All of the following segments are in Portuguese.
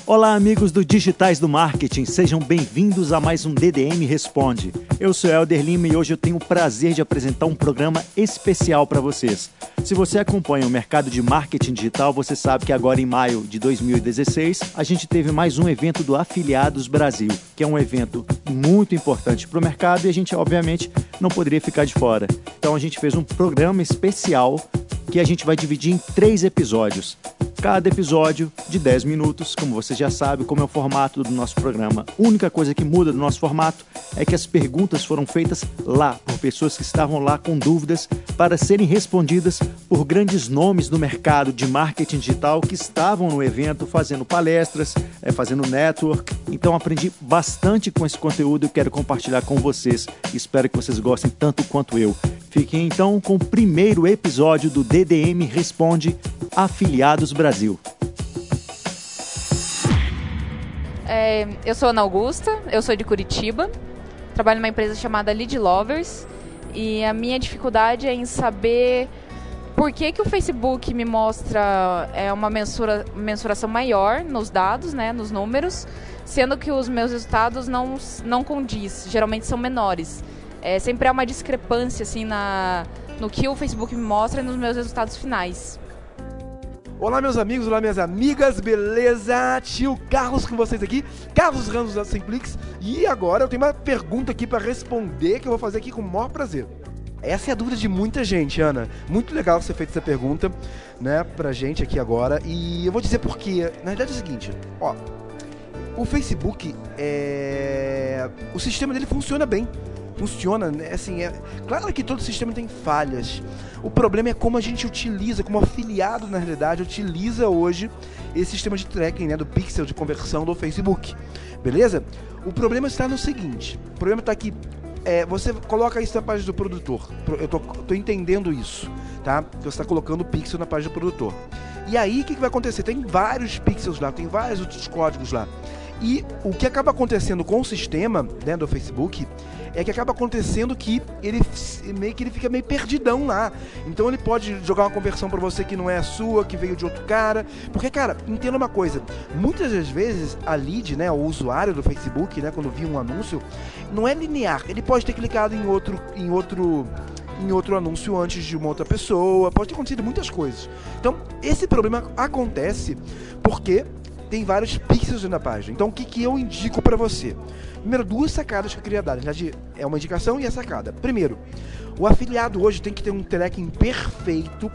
Olá, amigos do Digitais do Marketing, sejam bem-vindos a mais um DDM Responde. Eu sou Helder Lima e hoje eu tenho o prazer de apresentar um programa especial para vocês. Se você acompanha o mercado de marketing digital, você sabe que agora em maio de 2016, a gente teve mais um evento do Afiliados Brasil, que é um evento muito importante para o mercado e a gente, obviamente, não poderia ficar de fora. Então a gente fez um programa especial que a gente vai dividir em 3 episódios. Cada episódio de 10 minutos, como você já sabe, como é o formato do nosso programa. A única coisa que muda do nosso formato é que as perguntas foram feitas lá, por pessoas que estavam lá com dúvidas, para serem respondidas por grandes nomes do mercado de marketing digital que estavam no evento fazendo palestras, fazendo network. Então aprendi bastante com esse conteúdo e quero compartilhar com vocês. Espero que vocês gostem tanto quanto eu. Fiquem então com o primeiro episódio do DDM Responde Afiliados Brasil. Eu sou Ana Augusta, eu sou de Curitiba, trabalho numa empresa chamada Lead Lovers e a minha dificuldade é em saber por que o Facebook me mostra uma mensuração maior nos dados, né, nos números, sendo que os meus resultados não condiz, geralmente são menores. Sempre há uma discrepância assim, no que o Facebook me mostra e nos meus resultados finais. Olá meus amigos, olá minhas amigas, beleza? Tio Carlos com vocês aqui, Carlos Ramos da Simplix. E agora eu tenho uma pergunta aqui para responder que eu vou fazer aqui com o maior prazer. Essa é a dúvida de muita gente, Ana. Muito legal você ter feito essa pergunta, né, pra gente aqui agora. E eu vou dizer por quê. Na verdade é o seguinte, ó, o Facebook, o sistema dele funciona bem. Funciona, assim, claro que todo sistema tem falhas. O problema é como a gente utiliza, como afiliado, na realidade, utiliza hoje esse sistema de tracking, né, do pixel de conversão do Facebook, beleza? O problema está no seguinte, o problema está aqui, você coloca isso na página do produtor, eu tô entendendo isso, tá? Você está colocando o pixel na página do produtor. E aí, o que vai acontecer? Tem vários pixels lá, tem vários outros códigos lá. E o que acaba acontecendo com o sistema, né, do Facebook é que acaba acontecendo que ele fica meio perdidão lá. Então ele pode jogar uma conversão para você que não é a sua, que veio de outro cara. Porque, cara, entenda uma coisa, muitas das vezes a lead, né, o usuário do Facebook, né, quando viu um anúncio, não é linear. Ele pode ter clicado em outro anúncio antes de uma outra pessoa, pode ter acontecido muitas coisas. Então, esse problema acontece porque tem vários pixels na página. Então, o que eu indico para você? Primeiro, 2 sacadas que eu queria dar. Na verdade, é uma indicação e a sacada. Primeiro, o afiliado hoje tem que ter um tracking perfeito,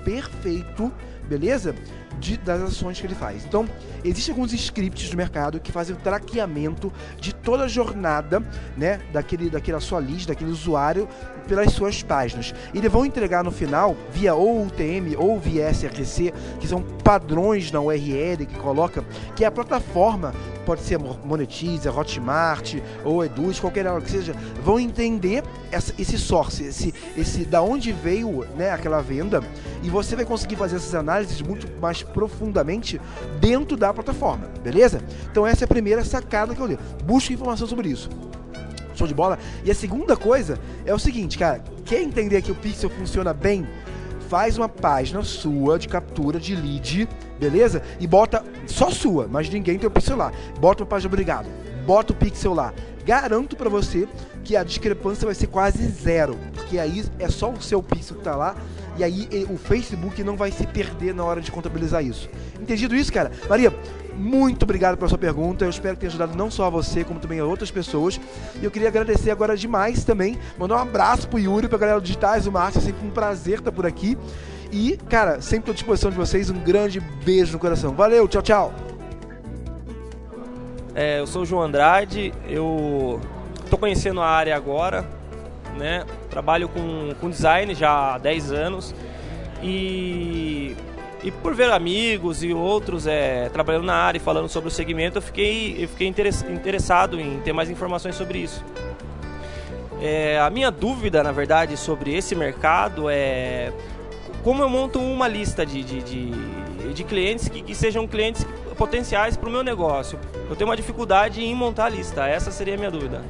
beleza? Das ações que ele faz. Então, existem alguns scripts no mercado que fazem o traqueamento de toda a jornada, né, daquela sua lead, daquele usuário, pelas suas páginas. E eles vão entregar no final, via ou UTM ou via SRC, que são padrões na URL que coloca, que é a plataforma, pode ser Monetize, Hotmart ou Eduz, qualquer hora que seja, vão entender esse source, esse da onde veio, né, aquela venda, e você vai conseguir fazer essas análises muito mais profundamente dentro da plataforma, beleza? Então essa é a primeira sacada que eu dei. Busque informação sobre isso. Show de bola? E a segunda coisa é o seguinte, cara, quer entender que o pixel funciona bem? Faz uma página sua de captura de lead, beleza? E bota só sua, mas ninguém tem o pixel lá. Bota uma página obrigado, bota o pixel lá. Garanto pra você que a discrepância vai ser quase zero, porque aí é só o seu pixel que tá lá, e aí o Facebook não vai se perder na hora de contabilizar isso. Entendido isso, cara? Maria, muito obrigado pela sua pergunta, eu espero que tenha ajudado não só a você, como também a outras pessoas. E eu queria agradecer agora demais também, mandar um abraço pro Yuri, pra galera do Digitais do Marketing, sempre um prazer estar por aqui. E, cara, sempre estou à disposição de vocês, um grande beijo no coração. Valeu, tchau, tchau! Eu sou o João Andrade, eu estou conhecendo a área agora, né? Trabalho com design já há 10 anos e por ver amigos e outros trabalhando na área e falando sobre o segmento, eu fiquei interessado em ter mais informações sobre isso. A minha dúvida, na verdade, sobre esse mercado é como eu monto uma lista de clientes que sejam clientes potenciais para o meu negócio. Eu tenho uma dificuldade em montar a lista, essa seria a minha dúvida.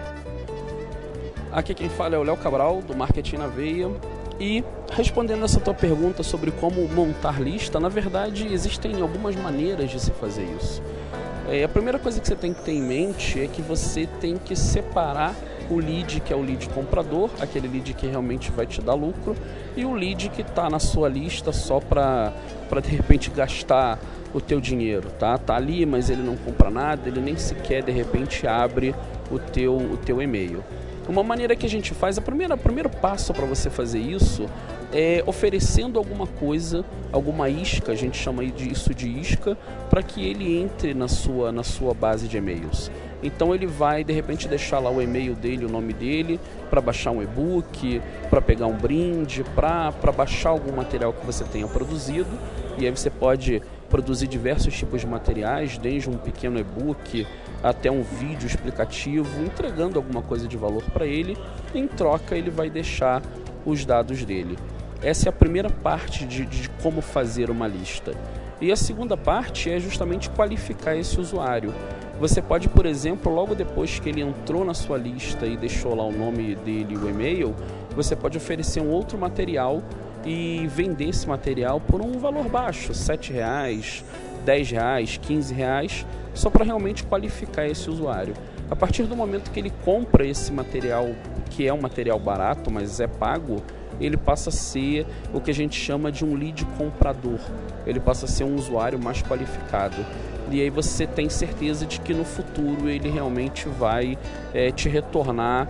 Aqui quem fala é o Léo Cabral, do Marketing na Veia. E respondendo essa tua pergunta sobre como montar lista, na verdade existem algumas maneiras de se fazer isso. A primeira coisa que você tem que ter em mente é que você tem que separar o lead, que é o lead comprador, aquele lead que realmente vai te dar lucro, e o lead que está na sua lista só para de repente gastar o teu dinheiro, tá? Tá ali, mas ele não compra nada, ele nem sequer de repente abre o teu e-mail. Uma maneira que a gente faz, o primeiro passo para você fazer isso é oferecendo alguma coisa, alguma isca, a gente chama isso de isca, para que ele entre na sua base de e-mails. Então ele vai de repente deixar lá o e-mail dele, o nome dele, para baixar um e-book, para pegar um brinde, para baixar algum material que você tenha produzido. E aí você pode produzir diversos tipos de materiais, desde um pequeno e-book até um vídeo explicativo, entregando alguma coisa de valor para ele. Em troca, ele vai deixar os dados dele. Essa é a primeira parte de como fazer uma lista. E a segunda parte é justamente qualificar esse usuário. Você pode, por exemplo, logo depois que ele entrou na sua lista e deixou lá o nome dele e o e-mail, você pode oferecer um outro material e vender esse material por um valor baixo, R$ 7, R$ 10, R$ 15, só para realmente qualificar esse usuário. A partir do momento que ele compra esse material, que é um material barato, mas é pago, ele passa a ser o que a gente chama de um lead comprador. Ele passa a ser um usuário mais qualificado. E aí você tem certeza de que no futuro ele realmente vai te retornar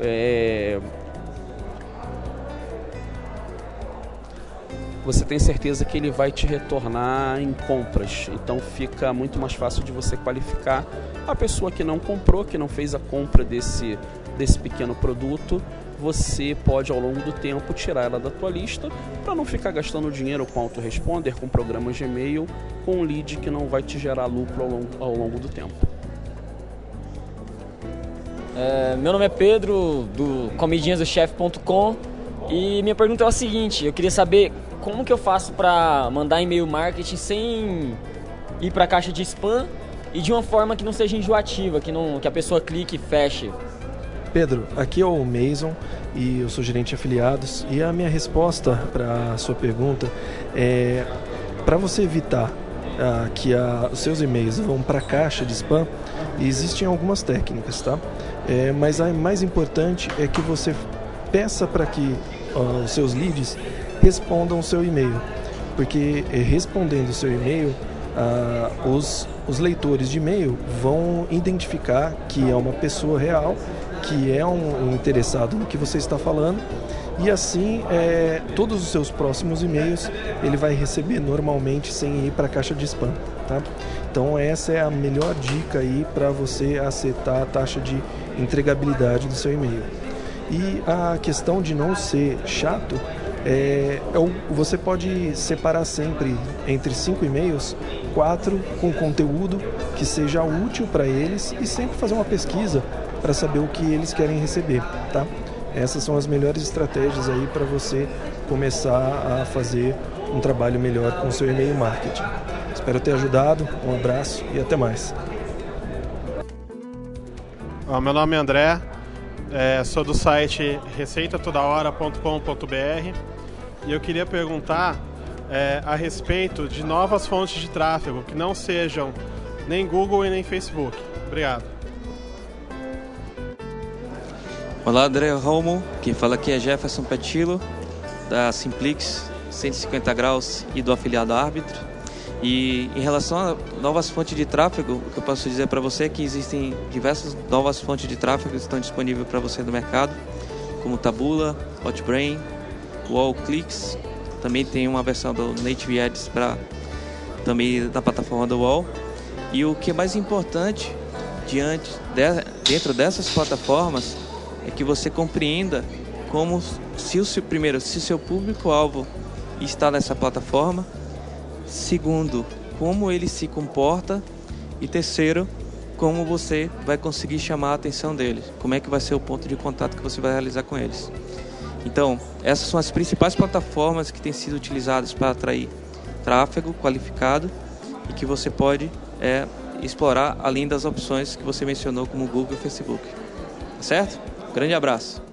você tem certeza que ele vai te retornar em compras. Então fica muito mais fácil de você qualificar a pessoa que não comprou, que não fez a compra desse pequeno produto. Você pode ao longo do tempo tirar ela da tua lista para não ficar gastando dinheiro com autoresponder, com programas de e-mail, com um lead que não vai te gerar lucro ao longo do tempo. Meu nome é Pedro, do comidinhasdochef.com, e minha pergunta é a seguinte: eu queria saber como que eu faço para mandar e-mail marketing sem ir para a caixa de spam e de uma forma que não seja enjoativa, que a pessoa clique e feche. Pedro, aqui é o Mason e eu sou gerente de afiliados, e a minha resposta para a sua pergunta é: para você evitar que os seus e-mails vão para a caixa de spam, existem algumas técnicas, tá? Mas a mais importante é que você peça para que os seus leads respondam o seu e-mail, porque respondendo o seu e-mail, os leitores de e-mail vão identificar que é uma pessoa real, que é um interessado no que você está falando, e assim todos os seus próximos e-mails ele vai receber normalmente sem ir para a caixa de spam, tá? Então essa é a melhor dica aí para você acertar a taxa de entregabilidade do seu e-mail. E a questão de não ser chato, você pode separar sempre entre 5 e-mails, 4 com conteúdo que seja útil para eles, e sempre fazer uma pesquisa para saber o que eles querem receber, tá? Essas são as melhores estratégias aí para você começar a fazer um trabalho melhor com o seu e-mail marketing. Espero ter ajudado, um abraço e até mais. Meu nome é André, sou do site receitatodahora.com.br, e eu queria perguntar a respeito de novas fontes de tráfego que não sejam nem Google e nem Facebook. Obrigado. Olá, André Romo, quem fala aqui é Jefferson Petilo, da Simplix 150 graus e do afiliado Árbitro. E em relação a novas fontes de tráfego, o que eu posso dizer para você é que existem diversas novas fontes de tráfego que estão disponíveis para você no mercado, como Taboola, Hotbrain, Wallclicks. Também tem uma versão do Native Ads também da plataforma do Wall. E o que é mais importante dentro dessas plataformas é que você compreenda como se o seu público-alvo está nessa plataforma, segundo, como ele se comporta, e terceiro, como você vai conseguir chamar a atenção deles, como é que vai ser o ponto de contato que você vai realizar com eles. Então, essas são as principais plataformas que têm sido utilizadas para atrair tráfego qualificado e que você pode explorar além das opções que você mencionou, como Google e Facebook. Tá certo? Grande abraço.